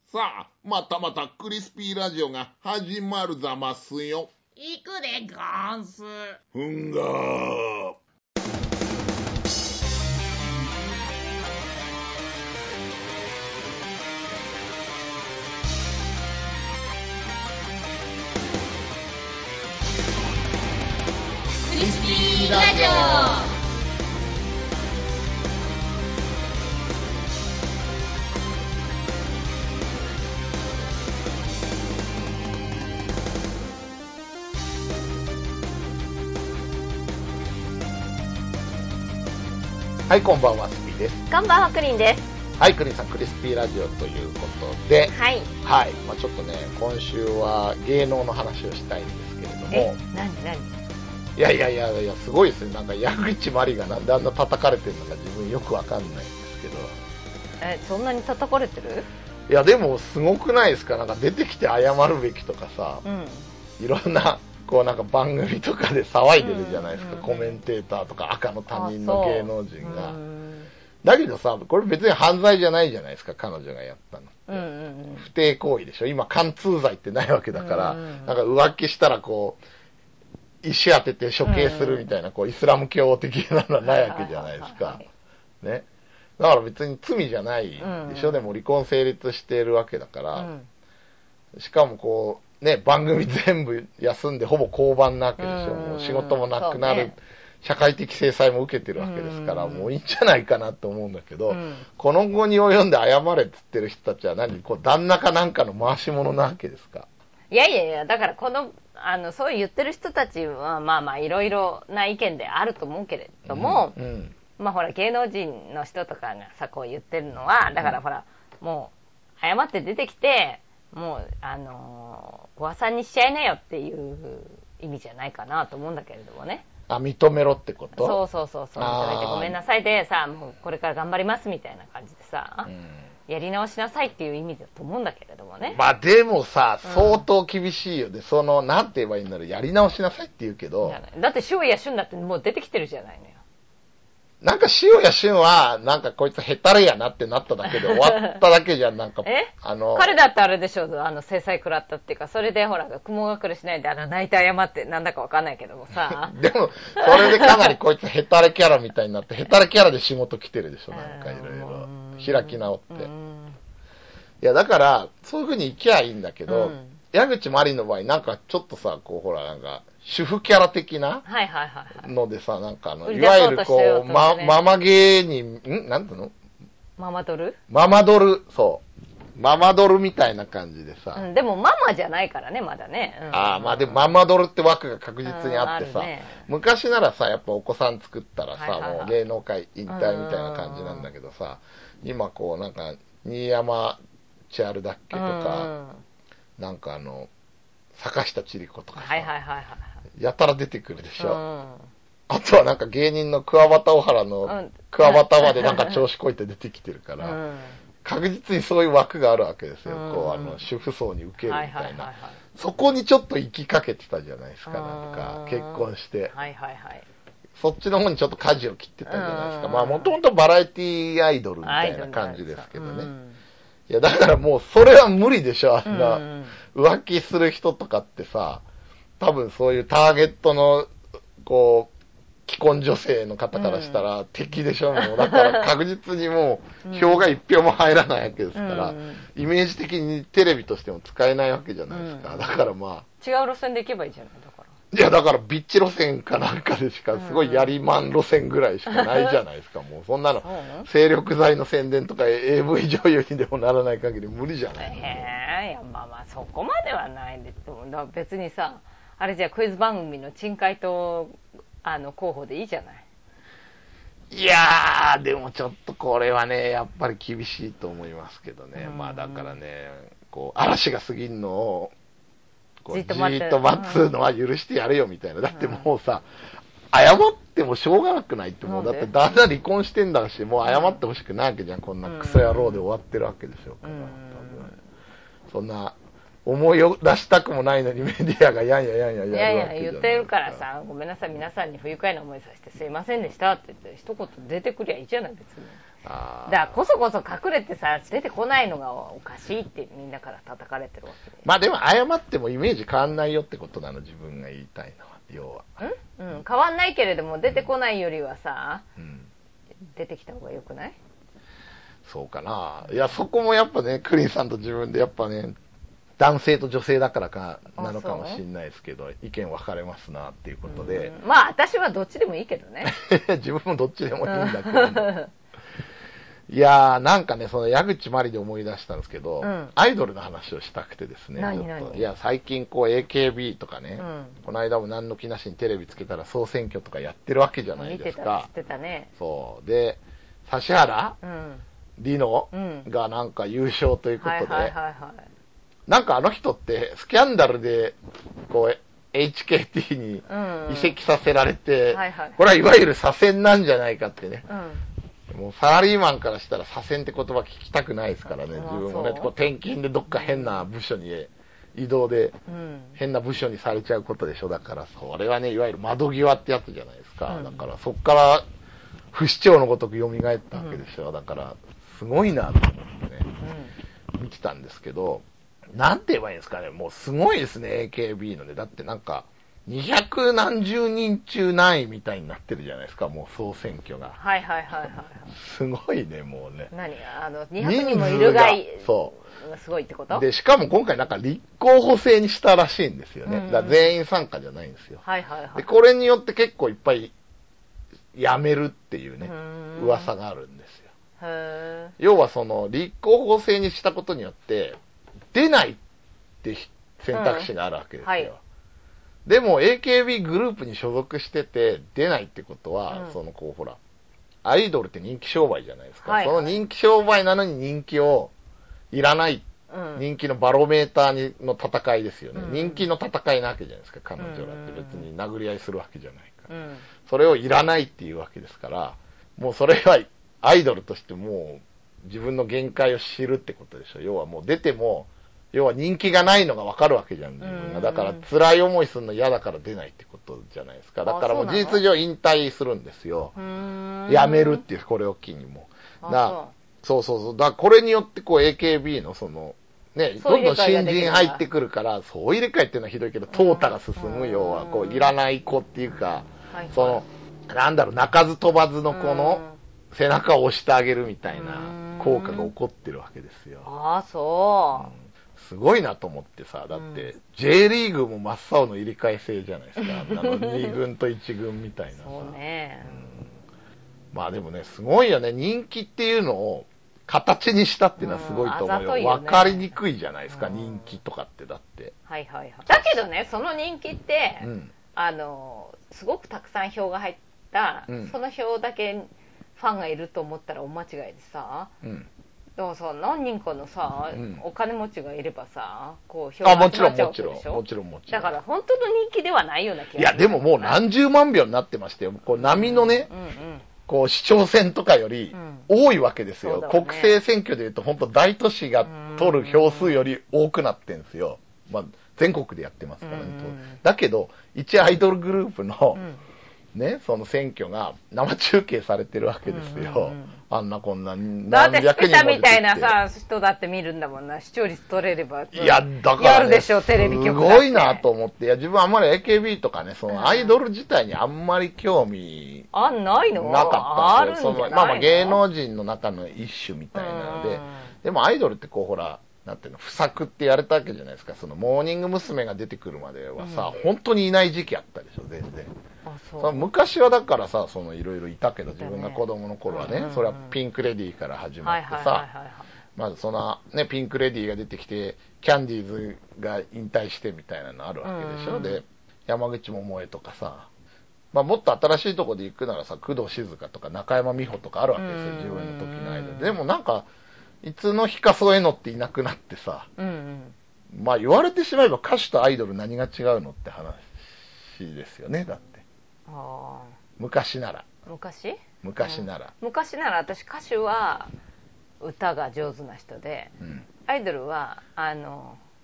さあ、またまたクリスピーラジオが始まるざますよ。 行くでゴンス。 ふんがー。 クリスピーラジオ。 はい、こんばんは、スピーです。 こんばんは、クリンです。 はい、クリンさん、クリスピーラジオということで、 はい。 はい、ちょっとね、今週は芸能の話をしたいんですけれども、 何いや、すごいですね。なんか矢口真里がなんであんな叩かれてるのか自分よくわかんないんですけど。 そんなに叩かれてる？ いや、でもすごくないですか。なんか出てきて謝るべきとかさ、いろんなこうなんか番組とかで騒いでるじゃないですか、コメンテーターとか赤の他人の芸能人が。だけどさ、これ別に犯罪じゃないじゃないですか、彼女がやったのって。不貞行為でしょ。今貫通罪ってないわけだから、なんか浮気したらこう石当てて処刑するみたいな、こうイスラム教的なのはないわけじゃないですか。ね。だから別に罪じゃないでしょ。でも離婚成立しているわけだから、しかもこうね、番組全部休んでほぼ降板なわけでしょ。もう仕事もなくなる、社会的制裁も受けてるわけですから、もういいんじゃないかなと思うんだけど、この後に及んで謝れって言ってる人たちはこう旦那かなんかの回し者なわけですか。 いや、だからそう言ってる人たちはまあいろいろな意見であると思うけれども、まあほら芸能人の人とかがさこう言ってるのは、だからほら、もう謝って出てきて、もうご破産にしちゃいなよっていう意味じゃないかなと思うんだけれどもね。 認めろってこと？ そういただいてごめんなさいでさ、もうこれから頑張りますみたいな感じでさ、やり直しなさいっていう意味だと思うんだけれどもね。 まあでもさ、相当厳しいよね。なんて言えばいいんだろう、やり直しなさいって言うけど。 だって塩谷俊だってもう出てきてるじゃないのよ。 なんか塩谷俊は、なんかこいつヘタレやなってなっただけで終わっただけじゃん、なんか。 彼だってあれでしょ、制裁食らったっていうか、それでほら、雲隠れしないで泣いて謝ってなんだかわかんないけどもさ。 でも、それでかなりこいつヘタレキャラみたいになって、ヘタレキャラで仕事来てるでしょ、なんかいろいろ。開き直って。いや、だから、そういう風に行きゃいいんだけど、矢口真里の場合、なんかちょっとさ、こうほら、なんか、主婦キャラ的なのでさ、なんかいわゆるこう、ママ芸人、なんていうの？ ママドル？ ママドル、そう。ママドルみたいな感じでさ。 でもママじゃないからね、まだね。 まあでもママドルって枠が確実にあってさ、昔ならさ、やっぱお子さん作ったらさ、もう芸能界引退みたいな感じなんだけどさ、今こうなんか、新山千春だっけとか、なんか坂下千里子とかさ、やたら出てくるでしょ。あとはなんか芸人の桑畑小原の桑畑までなんか調子こいて出てきてるから、確実にそういう枠があるわけですよ。こう主婦層に受けるみたいな。そこにちょっと行きかけてたじゃないですか、なんか結婚して。そっちの方にちょっと舵を切ってたじゃないですか。まあもともとバラエティアイドルみたいな感じですけどね。いやだからもうそれは無理でしょ、あんな浮気する人とかってさ、多分そういうターゲットのこう既婚女性の方からしたら敵でしょ。もうだから確実にもう票が一票も入らないわけですから、イメージ的にテレビとしても使えないわけじゃないですか。だからまあ違う路線で行けばいいじゃない。だからいやだからビッチ路線かなんかでしか、すごいやりまん路線ぐらいしかないじゃないですか。もうそんなの精力剤の宣伝とか AV 女優にでもならない限り無理じゃない。 いやまあそこまではないでも、別にさ、あれじゃクイズ番組の珍解答候補でいいじゃない。 いやーでもちょっとこれはねやっぱり厳しいと思いますけどね。まあだからね、こう嵐が過ぎんのをじっと待つのは許してやれよみたいな。だってもうさ、謝ってもしょうがなくないって。もうだって旦那離婚してんだし、もう謝ってほしくないわけじゃん。こんなクソ野郎で終わってるわけでしょうから。そんな思いを出したくもないのにメディアがやんやるわけじゃない。 いや言ってるからさ、ごめんなさい皆さんに不愉快な思いさせてすいませんでしたって言って一言出てくりゃいいじゃない別に。 だからこそこそ隠れてさ出てこないのがおかしいってみんなから叩かれてるわけで。 まあでも謝ってもイメージ変わんないよってことなの、自分が言いたいのは。要は変わんないけれども出てこないよりはさ、出てきた方がよくない？ そうかな。いや、そこもやっぱね、クリンさんと自分でやっぱね、男性と女性だからかなのかもしれないですけど、意見分かれますなっていうことで。 まあ私はどっちでもいいけどね。 自分もどっちでもいいんだけど。いやー、なんかね、その矢口まりで思い出したんですけど、アイドルの話をしたくてですね。 何いや、最近こう AKB とかね、この間も何の気なしにテレビつけたら総選挙とかやってるわけじゃないですか。 見てたね。 そう。で、指原リノがなんか優勝ということで、なんかあの人ってスキャンダルで、こう、HKT に移籍させられて、これはいわゆる左遷なんじゃないかってね。もうサラリーマンからしたら左遷って言葉聞きたくないですからね、自分もね、こう転勤でどっか変な部署に移動で、変な部署にされちゃうことでしょ。だから、それはね、いわゆる窓際ってやつじゃないですか。だから、そっから不死鳥のごとく蘇ったわけでしょ。だから、すごいなと思ってね、見てたんですけど、なんて言えばいいんですかね、もうすごいですね、AKB のね。だってなんか、200何十人中何位みたいになってるじゃないですか、もう総選挙が。すごいね、もうね。 200人もいるがそうすごいってこと？ で、しかも今回なんか立候補制にしたらしいんですよね。だから全員参加じゃないんですよ。で、これによって結構いっぱい辞めるっていうね、噂があるんですよ。要はその立候補制にしたことによって、出ないって選択肢があるわけですよ。でも AKB グループに所属してて出ないってことは、そのこうほら、アイドルって人気商売じゃないですか。その人気商売なのに人気をいらない、人気のバロメーターの戦いですよね。人気の戦いなわけじゃないですか、彼女らって別に殴り合いするわけじゃないから。それをいらないっていうわけですから、もうそれはアイドルとしてもう自分の限界を知るってことでしょ。要はもう出ても、要は人気がないのが分かるわけじゃん、自分が。だから辛い思いするの嫌だから出ないってことじゃないですか。だからもう事実上引退するんですよ。辞めるっていう、これを機にも。そう。だからこれによってこう AKB のその、ね、どんどん新人入ってくるから、そう入れ替えっていうのはひどいけど、淘汰が進む、要は、こう、いらない子っていうか、その、なんだろう、鳴かず飛ばずの子の背中を押してあげるみたいな効果が起こってるわけですよ。すごいなと思ってさ、だって、J リーグも真っ青の入れ替え制じゃないですか。2軍と1軍みたいなさ。 そうね。 まあでもね、すごいよね。人気っていうのを形にしたっていうのはすごいと思うよ。分かりにくいじゃないですか、人気とかってだって。 だけどね、その人気って、すごくたくさん票が入った、その票だけファンがいると思ったらお間違いでさ、でもさ、何人かのさ、お金持ちがいればさ、こう票が集まっちゃうわけでしょ。 もちろん。 だから本当の人気ではないような気がする。 いや、でももう何十万票になってましたよ。こう波のね、こう市長選とかより多いわけですよ。国政選挙でいうと本当大都市が取る票数より多くなってんですよ。まあ全国でやってますからね。だけど、一アイドルグループの、ね、その選挙が生中継されてるわけですよ。あんなこんな何百人も出てきて。だってスペシャみたいなさ、人だって見るんだもんな。視聴率取れれば。 いや、だから、ね、 やるでしょ、テレビ局だって。 すごいなと思って。いや、自分あんまり AKB とかね、そのアイドル自体にあんまり興味ないのなかったんですよ。 あるんじゃないの？ まあ芸能人の中の一種みたいなので。でもアイドルってこうほら、なんていうの、不作ってやれたわけじゃないですか。そのモーニング娘。が出てくるまではさ、本当にいない時期あったでしょ、全然。その昔はだからさ、そのいろいろいたけど、自分が子供の頃はね、それはピンクレディーから始まってさ、まずそのね、ピンクレディーが出てきて、キャンディーズが引退してみたいなのあるわけでしょ。で、山口百恵とかさ、まあもっと新しいとこで行くならさ、工藤静香とか中山美穂とかあるわけですよ、自分の時のアイドル。でもなんか、いつの日かそういうのっていなくなってさ、まあ言われてしまえば歌手とアイドル何が違うのって話ですよね、だって。昔なら昔なら私歌手は歌が上手な人で、アイドルは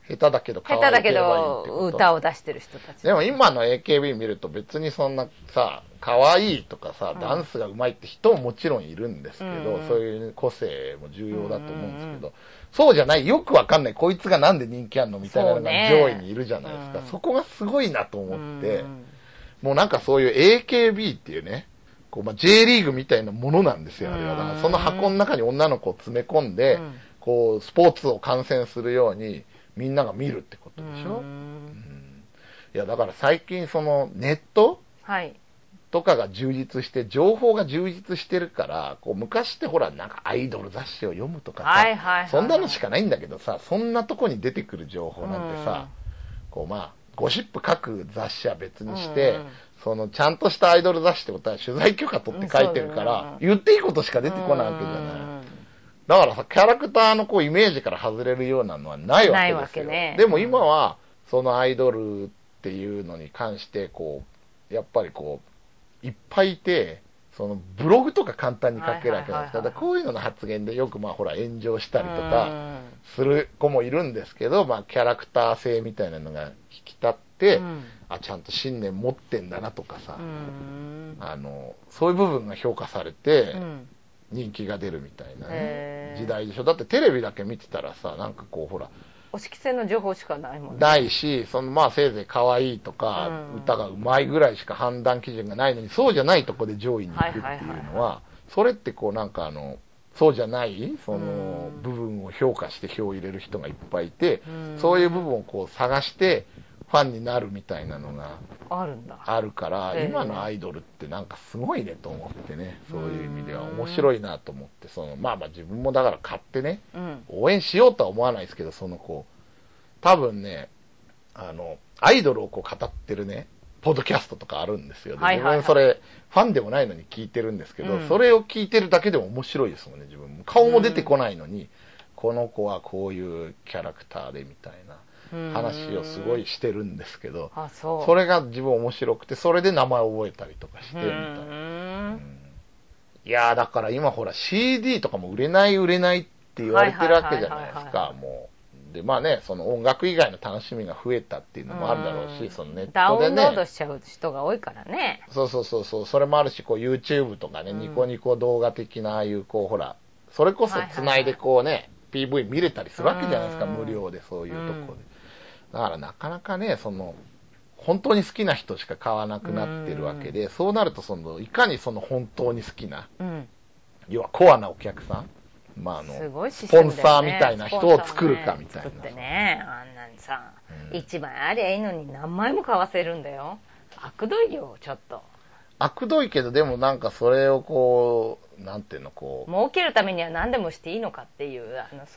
下手だけど可愛いって歌を出してる人たち。 でも今の AKB 見ると別にそんなさ、可愛いとかさ、ダンスが上手いって人ももちろんいるんですけど、そういう個性も重要だと思うんですけど、そうじゃない、よくわかんない、こいつがなんで人気あんのみたいなのが上位にいるじゃないですか。そこがすごいなと思って、もうなんかそういう AKB っていうね、こうJ リーグみたいなものなんですよ、あれは。だからその箱の中に女の子を詰め込んで、こう、スポーツを観戦するように、みんなが見るってことでしょ。いや、だから最近そのネットとかが充実して、情報が充実してるから、こう昔ってほら、なんかアイドル雑誌を読むとかさ、そんなのしかないんだけどさ、そんなとこに出てくる情報なんてさ、こうゴシップ書く雑誌は別にして、そのちゃんとしたアイドル雑誌ってことは取材許可取って書いてるから、言っていいことしか出てこないわけじゃない。だからさ、キャラクターのこうイメージから外れるようなのはないわけですよ。でも今は、そのアイドルっていうのに関して、こう、やっぱりこう、いっぱいいて、そのブログとか簡単に書けるわけなんですから、こういうのの発言でよくほら炎上したりとかする子もいるんですけど、キャラクター性みたいなのが引き立って、ちゃんと信念持ってんだなとかさ、そういう部分が評価されて、人気が出るみたいなね、時代でしょ。だってテレビだけ見てたらさ、なんかこうほら、 お色性の情報しかないもんね。 ないし、そのせいぜい可愛いとか、歌が上手いぐらいしか判断基準がないのに、そうじゃないとこで上位に行くっていうのは、それってこうなんかそうじゃない、その部分を評価して票を入れる人がいっぱいいて、そういう部分をこう探して、ファンになるみたいなのがあるから、今のアイドルってなんかすごいねと思ってね、そういう意味では面白いなと思って、自分もだから買ってね、応援しようとは思わないですけど、多分ね、アイドルをこう語ってるね、ポッドキャストとかあるんですよ。自分それ、ファンでもないのに聞いてるんですけど、それを聞いてるだけでも面白いですもんね、自分も。顔も出てこないのに、この子はこういうキャラクターでみたいな。話をすごいしてるんですけど、それが自分面白くて、それで名前を覚えたりとかしてみたいな。いやー、だから今ほら CD とかも売れないって言われてるわけじゃないですか、もう。で、その音楽以外の楽しみが増えたっていうのもあるだろうし、そのネットでね。 ダウンロードしちゃう人が多いからね。 そう、それもあるし、こう YouTube とかね、ニコニコ動画的なああいうこうほら、それこそ繋いでこうね、PV 見れたりするわけじゃないですか、無料でそういうところで。だからなかなかね、本当に好きな人しか買わなくなってるわけで、そうなるといかに本当に好きな、要はコアなお客さん、 すごいスポンサーみたいな人を作るかみたいな。 作ってね、あんなにさ、1枚ありゃいいのに何枚も買わせるんだよ。悪どいよ、ちょっと。 悪どいけど、でもなんかそれをこう、なんていうの、こう。 儲けるためには何でもしていいのかっていう、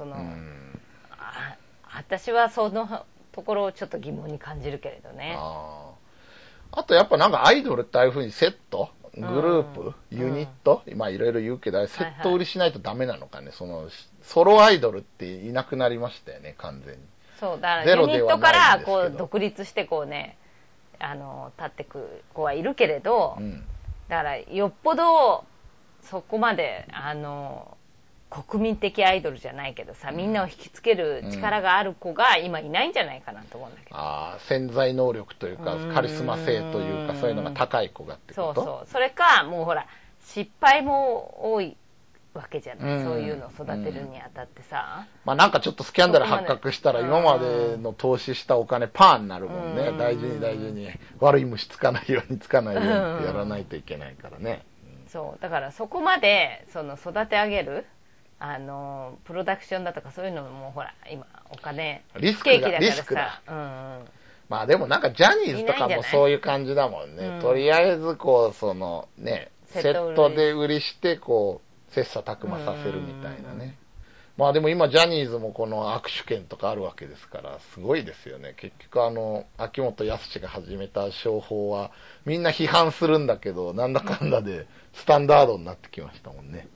私はそのところをちょっと疑問に感じるけれどね。 あとやっぱなんかアイドルってああいう風にセット、グループ、ユニット、今いろいろ言うけど、セット売りしないとダメなのかね。ソロアイドルっていなくなりましたよね、完全に。 そう、だからユニットからこう独立してこうね、立ってく子はいるけれど、だからよっぽどそこまで国民的アイドルじゃないけどさ、みんなを引きつける力がある子が今いないんじゃないかなと思うんだけど。 潜在能力というかカリスマ性というか、そういうのが高い子がってこと。 そう、それかもうほら失敗も多いわけじゃない、そういうのを育てるにあたってさ、 なんかちょっとスキャンダル発覚したら今までの投資したお金パーになるもんね。大事に悪い虫つかないようにってやらないといけないからね。 そうだからそこまで育て上げるプロダクションだとかそういうのもほら今お金リスクだ。でもなんかジャニーズとかもそういう感じだもんね。とりあえずこうセットで売りしてこう切磋琢磨させるみたいなね。でも今ジャニーズもこの握手券とかあるわけですからすごいですよね。結局秋元康が始めた商法はみんな批判するんだけど、なんだかんだでスタンダードになってきましたもんね。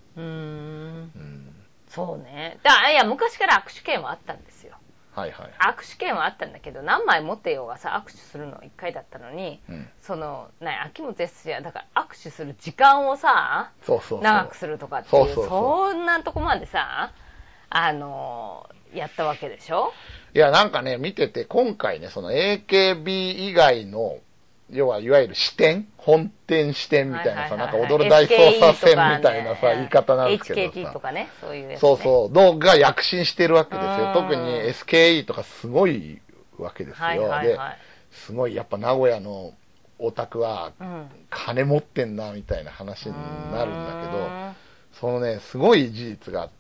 そうね。いや昔から握手券はあったんですよ。握手券はあったんだけど、何枚持ってようがさ握手するの1回だったのに、秋元康はだから握手する時間をさ、長くするとかっていう、そんなとこまでさやったわけでしょ。 いや、なんかね、見てて、今回ね、その AKB 以外の、要はいわゆる支店本店支店みたいなさ、なんか踊る大捜査線みたいなさ、言い方なんですけどさ。 HKT とかね、そういうやつ、ね。 そうそう、のが躍進してるわけですよ。特に SKE とかすごいわけですよ。で、すごいやっぱ名古屋のオタクは、金持ってんな、みたいな話になるんだけど、そのね、すごい事実があって、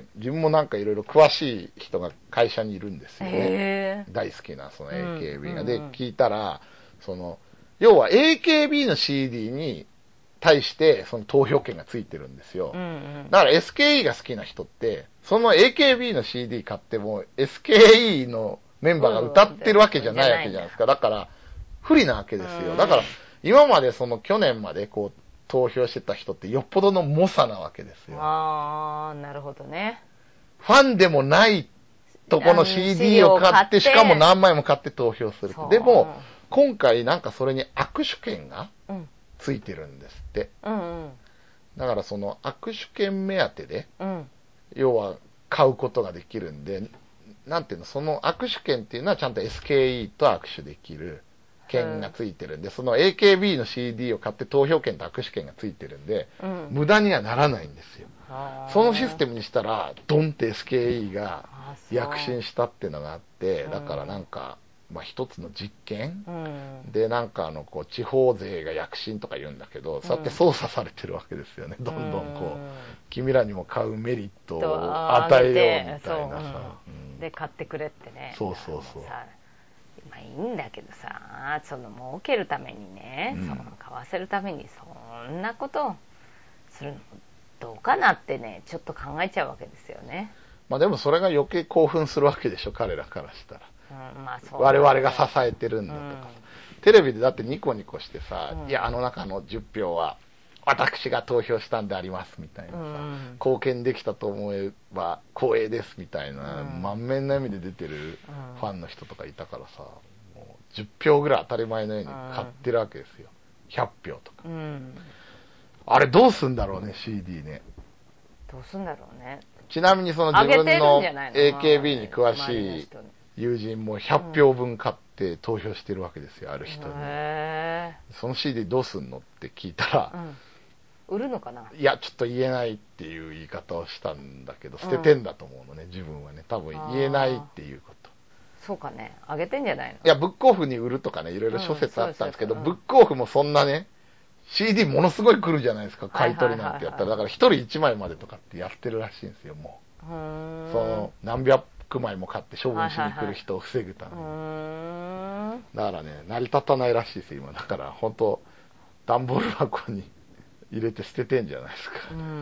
自分もなんかいろいろ詳しい人が会社にいるんですよね。大好きな、その AKB が。で、聞いたら、その、要は AKB の CD に対してその投票権がついてるんですよ。だから SKE が好きな人って、その AKB の CD 買っても SKE のメンバーが歌ってるわけじゃないわけじゃないですか。だから不利なわけですよ。だから今までその去年までこう投票してた人ってよっぽどの猛者なわけですよ。 あー、なるほどね。 ファンでもないとこの CD を買って、しかも何枚も買って投票する。でも、今回なんかそれに握手券がついてるんですって。だからその握手券目当てで、要は買うことができるんで、なんていうの、その握手券っていうのはちゃんと SKE と握手できる券がついてるんで、その AKB の CD を買って投票券と握手券がついてるんで、無駄にはならないんですよ。そのシステムにしたら、ドンって SKE が躍進したっていうのがあって、だからなんか、まあ、一つの実験、でなんかこう地方勢が躍進とか言うんだけど、そうやって操作されてるわけですよね。どんどんこう君らにも買うメリットを与えようみたいなさ、 で買ってくれってね。 そうまあいいんだけどさ、その儲けるためにね、その買わせるためにそんなことをするのどうかなってね、ちょっと考えちゃうわけですよね。 まあでもそれが余計興奮するわけでしょ、彼らからしたら。 まあそう我々が支えてるんだとか、テレビでだってニコニコしてさ、いやあの中の10票は私が投票したんでありますみたいなさ、貢献できたと思えば光栄ですみたいな、満面の笑みで出てるファンの人とかいたからさ、もう10票ぐらい当たり前のように買ってるわけですよ。100票とか、あれどうすんだろうね、 CD ね。 どうすんだろうね。 ちなみにその自分の AKB に詳しい友人も100票分買って投票してるわけですよ、ある人に。その CD どうすんのって聞いたら、 売るのかな。 いやちょっと言えないっていう言い方をしたんだけど、捨ててんだと思うのね、自分はね。多分言えないっていうこと。 そうかね、あげてんじゃないの。 いやブックオフに売るとかね、いろいろ諸説あったんですけど、ブックオフもそんなね CD ものすごい来るじゃないですか、買い取りなんてやったら。だから1人1枚までとかってやってるらしいんですよ、もう。その何百枚も買って処分しに来る人を防ぐために。だからね、成り立たないらしいですよ今。だから本当段ボール箱に入れて捨ててんじゃないですか。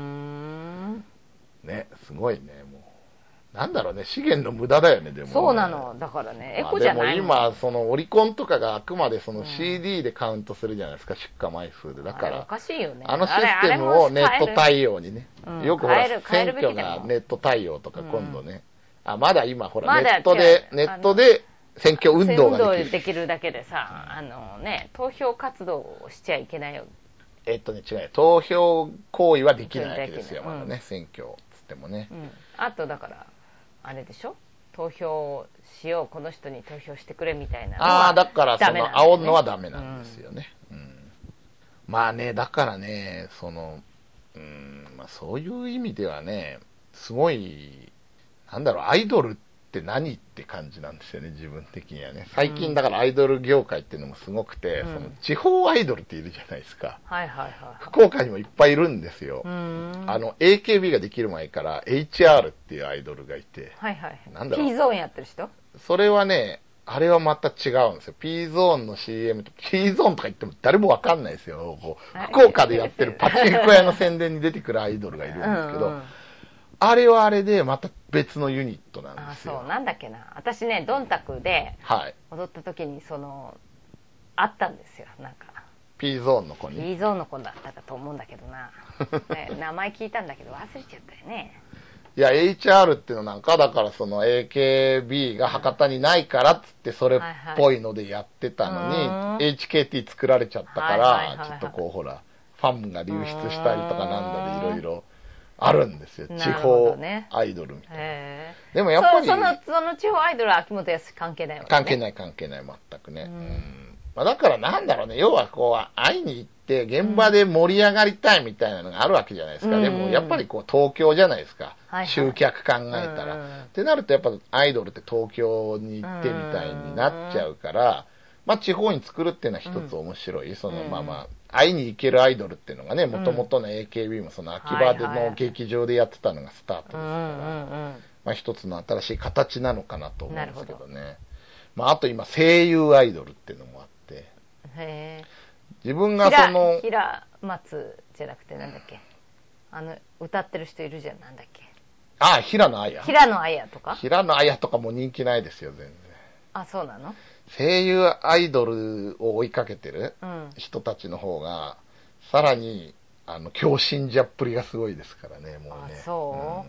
ね、すごいね。もうなんだろうね、資源の無駄だよね。でもね、 そうなの。だからね、エコじゃないの。 でも今そのオリコンとかがあくまでその CD でカウントするじゃないですか、出荷枚数で。だからおかしいよね。 あのシステムをネット対応にね、よくほら選挙がネット対応とか今度ね、まだ今ほらネットで選挙運動ができるだけでさ、投票活動をしちゃいけないよ。 違う、投票行為はできないわけですよ、まだね、選挙つってもね。 あとだからあれでしょ、投票しよう、この人に投票してくれみたいなのはだからその煽るのはダメなんですよね。まあね、だからね、そのまあ、そういう意味ではね、すごいなんだろう、アイドルって何って感じなんですよね、自分的にはね。最近だからアイドル業界っていうのもすごくて、その地方アイドルっているじゃないですか。福岡にもいっぱいいるんですよ。AKB ができる前から HR っていうアイドルがいて、 なんだろう、P ゾーンやってる人。 それはね、あれはまた違うんですよ。P ゾーンの CM と P ゾーンとか言っても誰もわかんないですよ。福岡でやってるパチンコ屋の宣伝に出てくるアイドルがいるんですけど、あれはあれでまた別のユニットなんですよ。 そうなんだっけな、私ねドンタクで踊った時にあったんですよ、なんか P ゾーンの子に。 P ゾーンの子だったかと思うんだけどな、名前聞いたんだけど忘れちゃったよね。 いや HR っていうのなんかだからその AKB が博多にないからっつってそれっぽいのでやってたのに、HKT 作られちゃったから、ちょっとこうほらファンが流出したりとかなんだでいろいろあるんですよ。地方アイドルみたいな。でもやっぱりその地方アイドルは秋元康関係ないわけね。 関係ない全くね。まあ、だからなんだろうね、要はこう会いに行って現場で盛り上がりたいみたいなのがあるわけじゃないですか。でもやっぱりこう東京じゃないですか。集客考えたら。ってなるとやっぱアイドルって東京に行ってみたいになっちゃうから、まあ地方に作るっていうのは一つ面白い。まあ会いに行けるアイドルっていうのがね、もともとの AKB もその秋葉での劇場でやってたのがスタートですから、まあ一つの新しい形なのかなと思うんですけどね。まああと今声優アイドルっていうのもあって、自分が平松じゃなくてなんだっけ、歌ってる人いるじゃん、なんだっけ。 平野綾とか。 平野綾とかも人気ないですよ、全然。 そうなの？ 声優アイドルを追いかけてる人たちの方が、さらに、強信者っぷりがすごいですからね、もうね。 そう？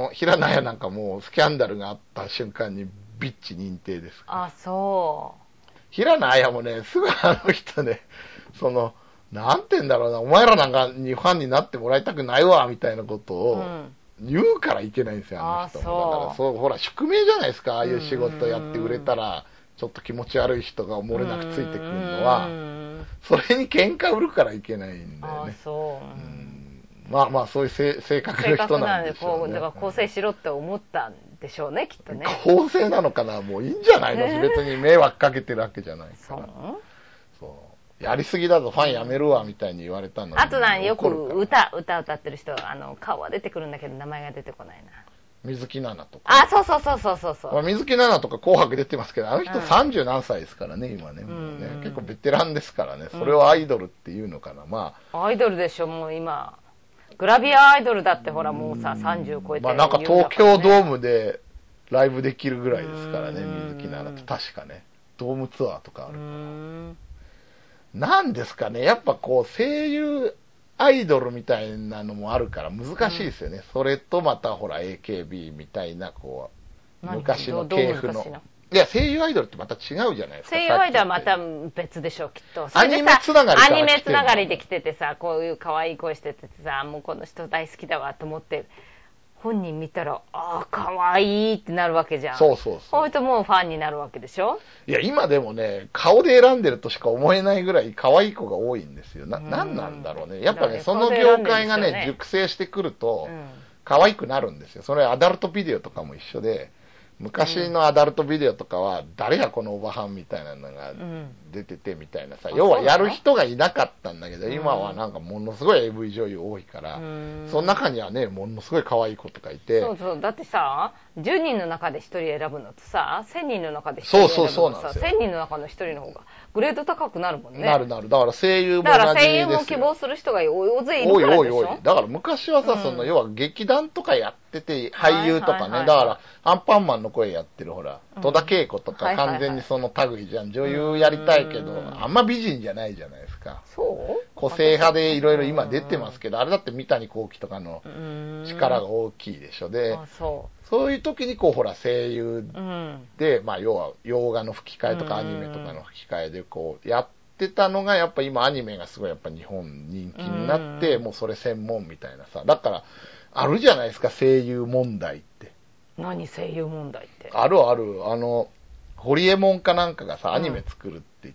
平野綾なんかもうスキャンダルがあった瞬間にビッチ認定ですから。 そう。 平野綾もね、すぐ人ね、なんて言うんだろうな、お前らなんかにファンになってもらいたくないわ、みたいなことを言うからいけないんですよ、人も。だからほら、宿命じゃないですか、ああいう仕事やって売れたら、ちょっと気持ち悪い人が漏れなくついてくるのは、それに喧嘩売るからいけないんだよね。まあ、そういう性格の人なんでしょうね。 だから構成しろって思ったんでしょうね、きっとね。 構成なのかな、もういいんじゃないの、別に迷惑かけてるわけじゃないから。やりすぎだぞ、ファンやめるわ、みたいに言われたの。 あとよく歌ってる人、顔は出てくるんだけど、名前が出てこないな。 水木奈々とか。 そう。 水木奈々とか紅白出てますけど、あの人30何歳ですからね、今ね。もうね、結構ベテランですからね。それをアイドルっていうのかな、まあ。アイドルでしょ、もう今。グラビアアイドルだってほら、もうさ、30超えてる、 まあなんか東京ドームでライブできるぐらいですからね、水木奈々って確かね。ドームツアーとかあるから。なんですかね、やっぱこう声優アイドルみたいなのもあるから難しいですよね。それとまたほら AKB みたいなこう昔の系譜の。いや、声優アイドルってまた違うじゃないですか。 声優アイドルはまた別でしょ、きっと。 アニメつながりアニメつながりで来ててさ、こういう可愛い声しててさ、もうこの人大好きだわと思って、本人見たら、可愛いってなるわけじゃん。 そう。 ほいともうファンになるわけでしょ？ いや、今でもね、顔で選んでるとしか思えないぐらい可愛い子が多いんですよ。なんなんだろうね。やっぱね、その業界がね、熟成してくると、可愛くなるんですよ。それアダルトビデオとかも一緒で、昔のアダルトビデオとかは、誰がこのおばはんみたいなのが出ててみたいなさ、要はやる人がいなかったんだけど、今はなんかものすごい AV 女優多いから、その中にはね、ものすごい可愛い子とかいて。 そう、だってさ、10人の中で1人選ぶのとさ、1000人の中で1人選ぶのとさ、1000人の中の1人の方がグレード高くなるもんね。 なる。だから声優も同じですよ。 だから声優も希望する人が大勢いるからでしょ。 多い。だから昔はさ、要は劇団とかやってて、俳優とかね、だからアンパンマンの声やってるほら、戸田恵子とか完全にその類じゃん。女優やりたいけど、あんま美人じゃないじゃないですか。 そう？ 個性派でいろいろ今出てますけど、あれだって三谷幸喜とかの力が大きいでしょ。で、そういう時にこうほら声優で、まあ要は洋画の吹き替えとかアニメとかの吹き替えでこうやってたのがやっぱ今アニメがすごいやっぱ日本人気になって、もうそれ専門みたいなさ。だからあるじゃないですか、声優問題って。 何声優問題って？ ある。ホリエモンかなんかがさ、アニメ作るって言って、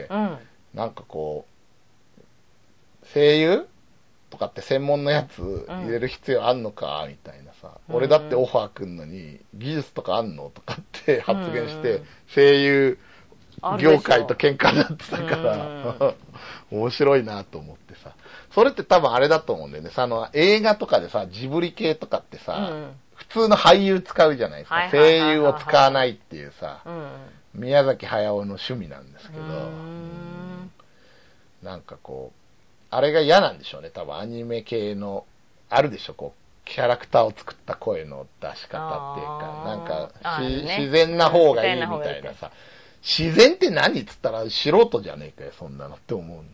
なんかこう、声優とかって専門のやつ入れる必要あんのかみたいなさ、俺だってオファー来んのに技術とかあんのとかって発言して、声優業界と喧嘩になってたから、面白いなと思ってさ。それって多分あれだと思うんだよね。映画とかでさ、ジブリ系とかってさ、普通の俳優使うじゃないですか。声優を使わないっていうさ、宮崎駿の趣味なんですけど、なんかこう、あれが嫌なんでしょうね。多分アニメ系の、あるでしょ、こう、キャラクターを作った声の出し方っていうか、なんか、自然な方がいいみたいなさ。自然って何っつったら素人じゃねえかよ、そんなのって思うんだけ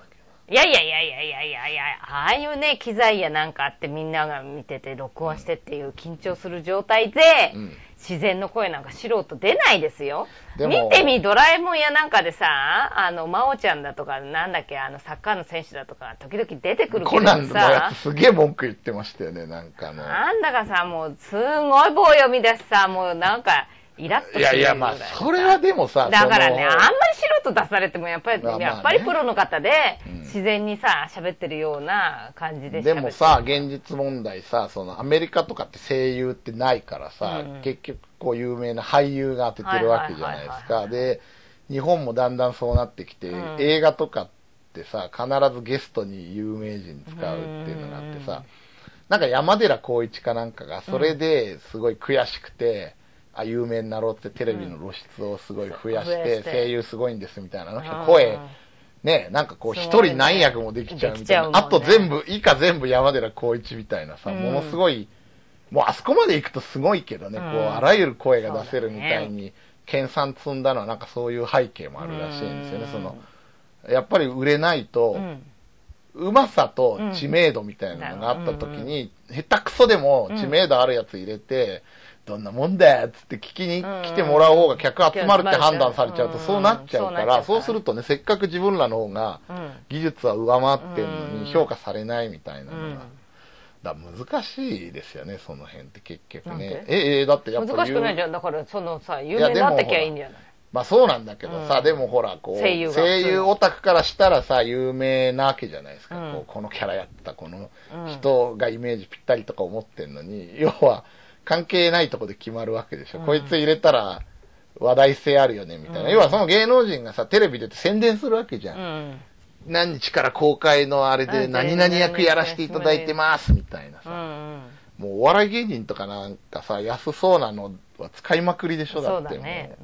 いや、ああいうね、機材やなんかあってみんなが見てて録音してっていう緊張する状態で、自然の声なんか素人出ないですよ。見てみ、ドラえもんやなんかでさ、真央ちゃんだとか、なんだっけ、サッカーの選手だとか、時々出てくるけどさ。コナンのやつすげえ文句言ってましたよね、なんかなんだかさ、もう、すごい棒読みだしさ、もうなんか、イラッとする。 いや、まあ、それはでもさ、 だからね、あんまり素人出されても、やっぱりプロの方で、自然にさ、喋ってるような感じででもさ、現実問題さ、アメリカとかって声優ってないからさ、結局こう有名な俳優が当ててるわけじゃないですか。で、日本もだんだんそうなってきて、映画とかってさ、必ずゲストに有名人使うっていうのがあってさ、なんか山寺宏一かなんかが、それですごい悔しくて、有名になろうってテレビの露出をすごい増やして、声優すごいんですみたいな。声、ね、なんかこう一人何役もできちゃうみたいな。あと全部、以下全部山寺宏一みたいなさ、ものすごい、もうあそこまで行くとすごいけどね、こう、あらゆる声が出せるみたいに、研鑽積んだのはなんかそういう背景もあるらしいんですよね。やっぱり売れないと、うまさと知名度みたいなのがあった時に、下手くそでも知名度あるやつ入れて、どんなもんだよっつって聞きに来てもらう方が客集まるって判断されちゃうとそうなっちゃうから、そうするとね、せっかく自分らの方が技術は上回ってるのに評価されないみたいなのが、だ難しいですよね、その辺って結局ね。だってやっぱり。 難しくないじゃん。だからさ、有名になってきゃいいんじゃない。 まあそうなんだけどさ、でもほら、こう、声優オタクからしたらさ、有名なわけじゃないですか。このキャラやったこの人がイメージぴったりとか思ってんのに、要は、関係ないとこで決まるわけでしょ。こいつ入れたら話題性あるよね、みたいな。要はその芸能人がさ、テレビで宣伝するわけじゃん。何日から公開のあれで何々役やらせていただいてます、みたいなさ。もうお笑い芸人とかなんかさ、安そうなのは使いまくりでしょ、だって。そうだね。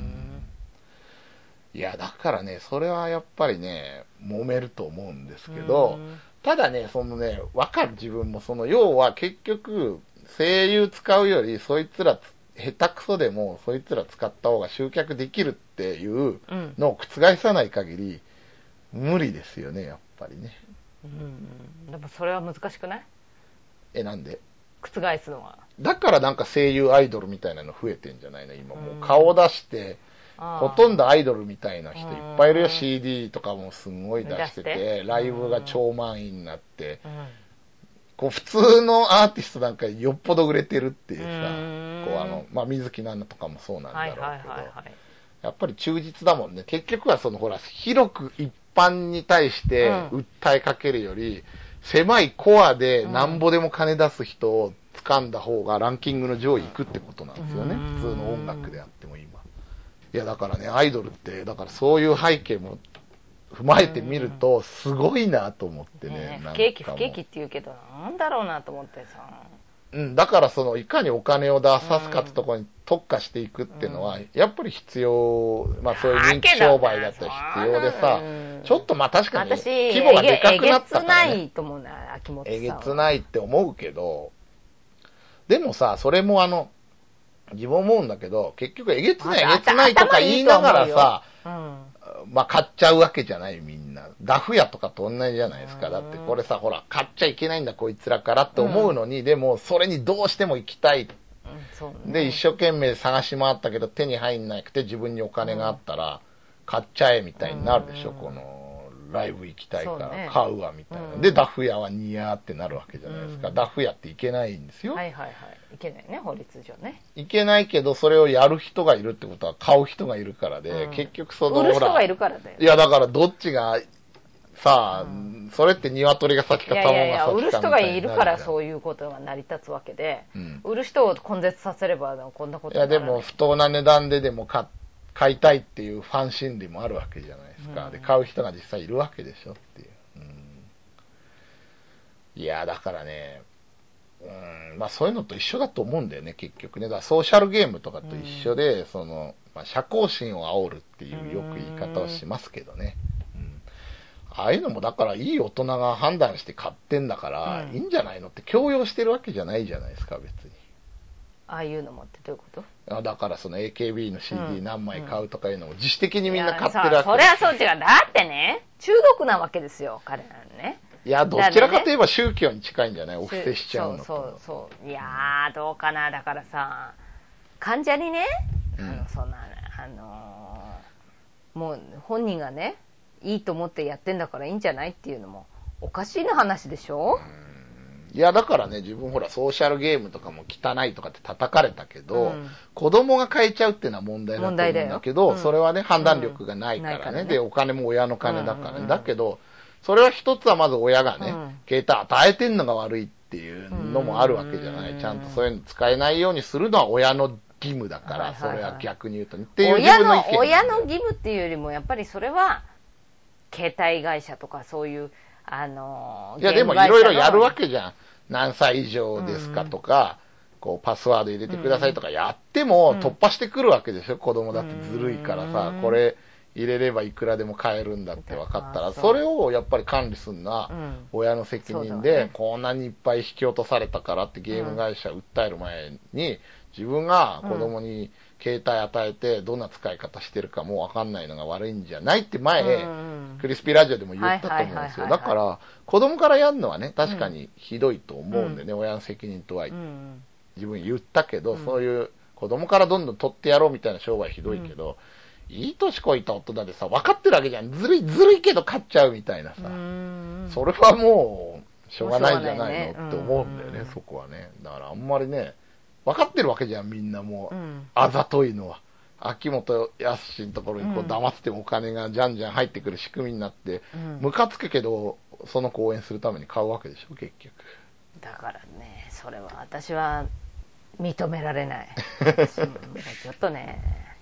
いや、だからね、それはやっぱりね、揉めると思うんですけど、ただね、わかる自分も、要は結局、声優使うより、そいつら、下手くそでも、そいつら使った方が集客できるっていうのを覆さない限り、無理ですよね、やっぱりね。 でもそれは難しくない？ なんで？ 覆すのは。 だからなんか声優アイドルみたいなの増えてんじゃないの今もう顔出して、ほとんどアイドルみたいな人いっぱいいるよ。CD とかもすんごい出してて、ライブが超満員になって、こう普通のアーティストなんかよっぽど売れてるっていうさ、こう水木奈々とかもそうなんだろうけど、やっぱり忠実だもんね。結局はほら、広く一般に対して訴えかけるより、狭いコアでなんぼでも金出す人を掴んだ方がランキングの上位行くってことなんですよね。普通の音楽であっても今。いやだからね、アイドルって、だからそういう背景も踏まえてみると、すごいなと思ってね。 不景気って言うけど、なんだろうなと思ってさ。 だからいかにお金を出さすかってところに特化していくっていうのは、やっぱり必要、そういう人気商売だったら必要でさ、ちょっと確かに規模がでかくなったからね。 えげつないと思うな、秋元さんは。 えげつないって思うけど、でもさ、それも自分思うんだけど、結局えげつないとか言いながらさ、買っちゃうわけじゃないみんな。ダフ屋とかと同じじゃないですか。だってこれさ、ほら、買っちゃいけないんだこいつらからって思うのに、でもそれにどうしても行きたい。で、一生懸命探し回ったけど手に入んなくて自分にお金があったら、買っちゃえみたいになるでしょ。この、ライブ行きたいから買うわみたいな。で、ダフ屋はニヤーってなるわけじゃないですか。ダフ屋っていけないんですよ。 いけないね、法律上ね。 いけないけど、それをやる人がいるってことは買う人がいるからで、結局売る人がいるからだよ。 いや、だからどっちが、さあ、それって鶏が先か卵が先か売る人がいるからそういうことが成り立つわけで、売る人を根絶させればこんなことにならない。 いや、でも不当な値段ででも買いたいっていうファン心理もあるわけじゃないですか。で、買う人が実際いるわけでしょっていう。いや、だからね、そういうのと一緒だと思うんだよね、結局ね。だからソーシャルゲームとかと一緒で、社交心を煽るっていうよく言い方をしますけどね。ああいうのもだからいい大人が判断して買ってんだから、いいんじゃないのって強要してるわけじゃないじゃないですか、別に。 ああいうのもってどういうこと？ だからその AKB の CD 何枚買うとかいうのを自主的にみんな買ってるわけ。 それはそう違う。だってね、中毒なわけですよ、彼らね。 いや、どちらかといえば宗教に近いんじゃない？お布施しちゃうのと。 そう。いやー、どうかな。だからさ、患者にね、もう本人がね、いいと思ってやってんだからいいんじゃないっていうのもおかしいな話でしょ？ いや、だからね、自分ほらソーシャルゲームとかも汚いとかって叩かれたけど、子供が変えちゃうっていうのは問題だと思うんだけど、それはね、判断力がないからね。で、お金も親の金だからね。だけど、それは一つはまず親がね、携帯与えてんのが悪いっていうのもあるわけじゃない。ちゃんとそういうの使えないようにするのは親の義務だから、それは逆に言うとね。っていう自分の意見。 親の義務っていうよりも、やっぱりそれは、携帯会社とかそういう、 いや、でもいろいろやるわけじゃん。何歳以上ですかとか、こう、パスワード入れてくださいとかやっても突破してくるわけでしょ。子供だってずるいからさ、これ入れればいくらでも買えるんだって分かったら、それをやっぱり管理するのは親の責任で、こんなにいっぱい引き落とされたからってゲーム会社訴える前に、自分が子供に携帯与えてどんな使い方してるかも分かんないのが悪いんじゃないって前、クリスピラジオでも言ったと思うんですよ。だから子供からやるのはね、確かにひどいと思うんでね、親の責任とは自分言ったけど、そういう子供からどんどん取ってやろうみたいな商売ひどいけど、いい年こいた大人でさ、分かってるわけじゃん。ずるいけど買っちゃうみたいなさ、それはもうしょうがないんじゃないのって思うんだよね、そこはね。だからあんまりね、分かってるわけじゃん、みんなもう、あざといのは。秋元康のところにこう騙してもお金がじゃんじゃん入ってくる仕組みになって、ムカつくけど、その子を応援するために買うわけでしょ、結局。 だからね、それは私は認められない。ちょっとね、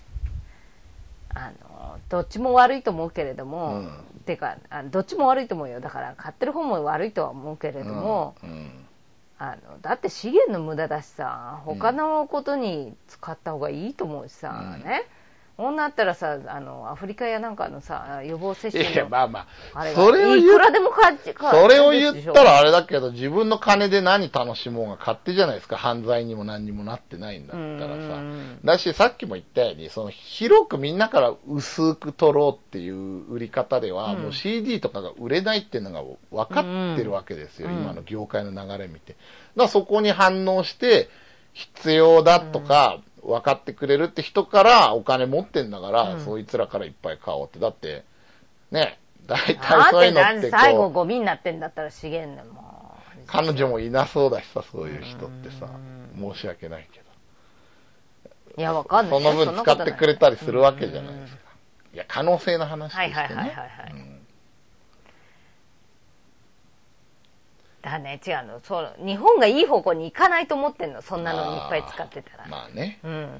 どっちも悪いと思うけれども、てかどっちも悪いと思うよ。だから買ってる方も悪いとは思うけれども、だって資源の無駄だしさ、他のことに使った方がいいと思うしさ、ね。そうなったらさ、アフリカやなんかのさ、予防接種の。 いや、まあまあ。 あれがいくらでもそれを言ったらあれだけど、自分の金で何楽しもうが勝手じゃないですか。犯罪にも何にもなってないんだったらさ。だし、さっきも言ったように、その広くみんなから薄く取ろうっていう売り方では、もう CD とかが売れないっていうのが分かってるわけですよ。今の業界の流れ見て。だからそこに反応して、必要だとか、分かってくれるって人からお金持ってんだから、そいつらからいっぱい買おうって。だって、ね、大体そういうのってこう。 最後ゴミになってんだったら資源でも。 彼女もいなそうだしさ、そういう人ってさ、申し訳ないけど。 いや、わかんない。 その分使ってくれたりするわけじゃないですか。いや、可能性の話としてね。 だね、違うの。日本がいい方向に行かないと思ってんの。そんなのにいっぱい使ってたら。 まあね。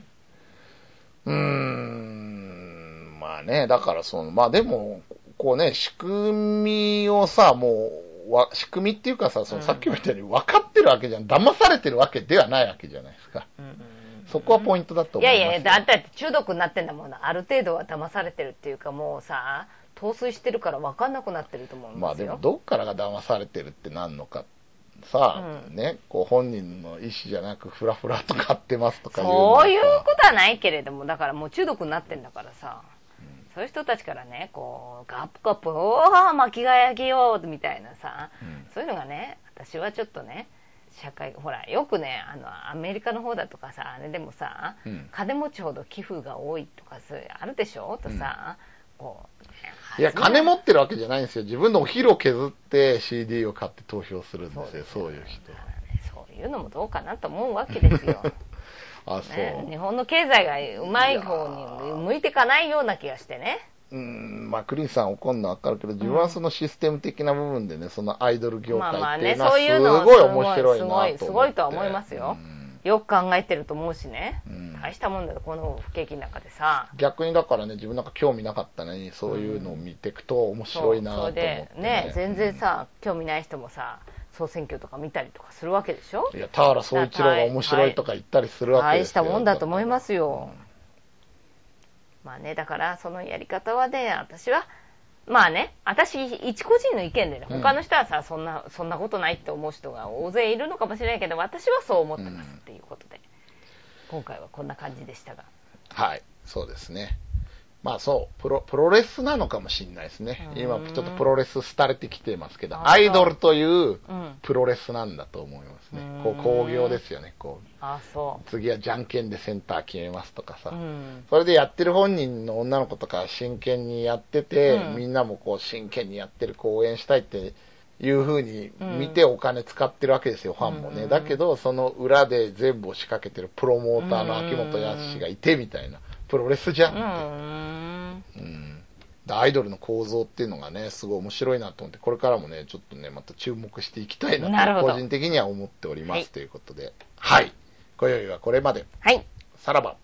まあね、だからまあでも、こうね、仕組みをさ、もう、仕組みっていうかさ、さっきも言ったように分かってるわけじゃん。騙されてるわけではないわけじゃないですか。そこはポイントだと思います。 いや、だって中毒になってんだもん。ある程度は騙されてるっていうか、もうさ、陶酔してるから分かんなくなってると思うんですよ。 まあでもどっからが騙されてるってなんのかさ、ね、こう本人の意思じゃなくフラフラと買ってますとかいうそういうことはないけれども、だからもう中毒になってんだからさ、そういう人たちからね、こうガップガップ、おー巻き返しようみたいなさ、そういうのがね、私はちょっとね、社会ほらよくね、アメリカの方だとかさ、あれでもさ、金持ちほど寄付が多いとかそういうあるでしょとさ、こういや、金持ってるわけじゃないんですよ。自分のお昼を削って CD を買って投票するんですよ、そういう人。 そういうのもどうかなと思うわけですよ。 あ、そう。 日本の経済がうまい方に向いていかないような気がしてね。 まあ、クリンさん怒るのは分かるけど、自分はそのシステム的な部分でね、そのアイドル業界っていうのはすごい面白いなと思って。 すごいとは思いますよ。よく考えてると思うしね、大したもんだよこの不景気の中でさ。 逆にだからね、自分なんか興味なかったのにそういうのを見ていくと面白いなと思って、ね、 それでね、全然さ興味ない人もさ総選挙とか見たりとかするわけでしょ。 いや、田原総一郎が面白いとか言ったりするわけですよ。 大したもんだと思いますよ。まあね、だからそのやり方はね、私はまあね、私一個人の意見でね、他の人はさ、そんなことないって思う人が大勢いるのかもしれないけど、私はそう思ってますっていうことで、 今回はこんな感じでしたが。 はい、そうですね。まあそうプロレスなのかもしれないですね。今ちょっとプロレス廃れてきてますけど、アイドルというプロレスなんだと思いますね。こう興行ですよね。こう次はじゃんけんでセンター決めますとかさ、それでやってる本人の女の子とか真剣にやってて、みんなもこう真剣にやってる子を応援したいっていう風に見てお金使ってるわけですよ、ファンもね。だけどその裏で全部を仕掛けてるプロモーターの秋元康がいてみたいなプロレスじゃんって、アイドルの構造っていうのがねすごい面白いなと思って、これからもねちょっとねまた注目していきたいなと個人的には思っておりますということで、はい、今宵はこれまで。 はい、 さらば。